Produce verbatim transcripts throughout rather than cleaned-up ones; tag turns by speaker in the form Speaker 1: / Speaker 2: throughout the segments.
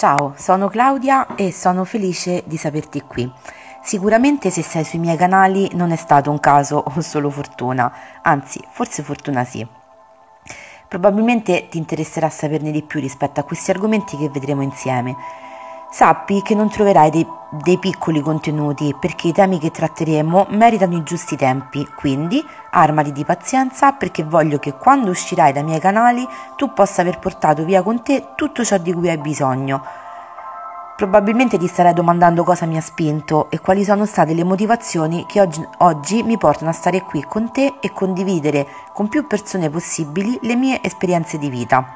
Speaker 1: Ciao, sono Claudia e sono felice di saperti qui. Sicuramente se sei sui miei canali non è stato un caso o solo fortuna, anzi, forse fortuna sì. Probabilmente ti interesserà saperne di più rispetto a questi argomenti che vedremo insieme. Sappi che non troverai dei, dei piccoli contenuti perché i temi che tratteremo meritano i giusti tempi, quindi armati di pazienza perché voglio che quando uscirai dai miei canali tu possa aver portato via con te tutto ciò di cui hai bisogno. Probabilmente ti starai domandando cosa mi ha spinto e quali sono state le motivazioni che oggi, oggi mi portano a stare qui con te e condividere con più persone possibili le mie esperienze di vita.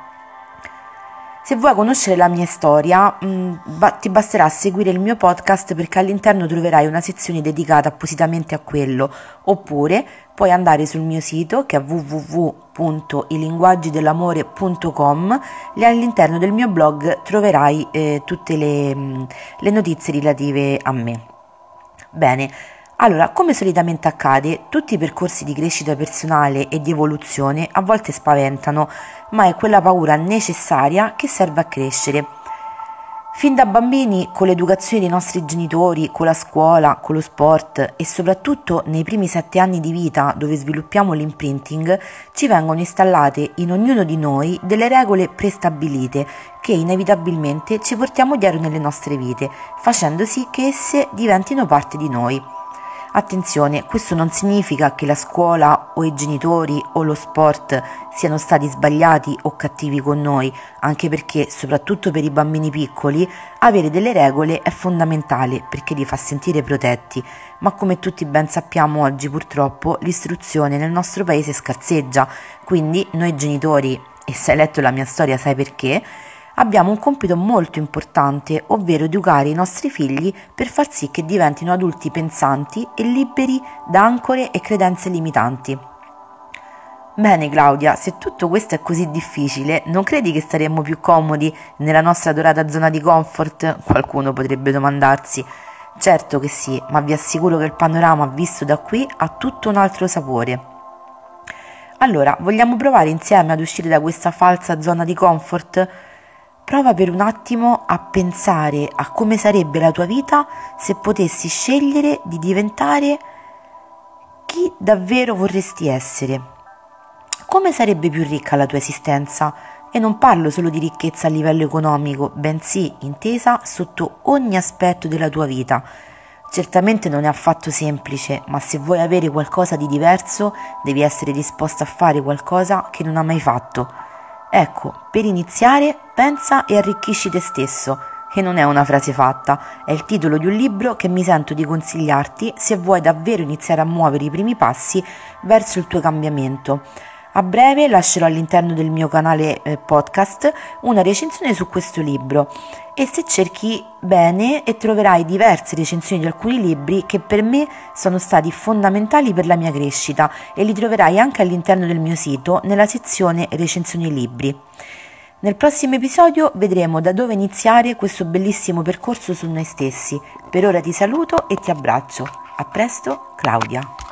Speaker 1: Se vuoi conoscere la mia storia, mh, ba- ti basterà seguire il mio podcast perché all'interno troverai una sezione dedicata appositamente a quello, oppure puoi andare sul mio sito che è w w w punto i linguaggi dell'amore punto com e all'interno del mio blog troverai eh, tutte le, mh, le notizie relative a me. Bene. Allora, come solitamente accade, tutti i percorsi di crescita personale e di evoluzione a volte spaventano, ma è quella paura necessaria che serve a crescere. Fin da bambini, con l'educazione dei nostri genitori, con la scuola, con lo sport e soprattutto nei primi sette anni di vita dove sviluppiamo l'imprinting, ci vengono installate in ognuno di noi delle regole prestabilite che inevitabilmente ci portiamo dietro nelle nostre vite, facendo sì che esse diventino parte di noi. Attenzione, questo non significa che la scuola o i genitori o lo sport siano stati sbagliati o cattivi con noi, anche perché, soprattutto per i bambini piccoli, avere delle regole è fondamentale perché li fa sentire protetti, ma come tutti ben sappiamo oggi purtroppo l'istruzione nel nostro paese scarseggia, quindi noi genitori, e se hai letto la mia storia sai perché, abbiamo un compito molto importante, ovvero educare i nostri figli per far sì che diventino adulti pensanti e liberi da ancore e credenze limitanti. Bene Claudia, se tutto questo è così difficile, non credi che staremmo più comodi nella nostra dorata zona di comfort? Qualcuno potrebbe domandarsi. Certo che sì, ma vi assicuro che il panorama visto da qui ha tutto un altro sapore. Allora, vogliamo provare insieme ad uscire da questa falsa zona di comfort? Prova per un attimo a pensare a come sarebbe la tua vita se potessi scegliere di diventare chi davvero vorresti essere. Come sarebbe più ricca la tua esistenza? E non parlo solo di ricchezza a livello economico, bensì intesa sotto ogni aspetto della tua vita. Certamente non è affatto semplice, ma se vuoi avere qualcosa di diverso, devi essere disposta a fare qualcosa che non hai mai fatto. Ecco, per iniziare, pensa e arricchisci te stesso, che non è una frase fatta, è il titolo di un libro che mi sento di consigliarti se vuoi davvero iniziare a muovere i primi passi verso il tuo cambiamento. A breve lascerò all'interno del mio canale eh, podcast una recensione su questo libro e se cerchi bene e troverai diverse recensioni di alcuni libri che per me sono stati fondamentali per la mia crescita e li troverai anche all'interno del mio sito nella sezione recensioni libri. Nel prossimo episodio vedremo da dove iniziare questo bellissimo percorso su noi stessi. Per ora ti saluto e ti abbraccio. A presto, Claudia.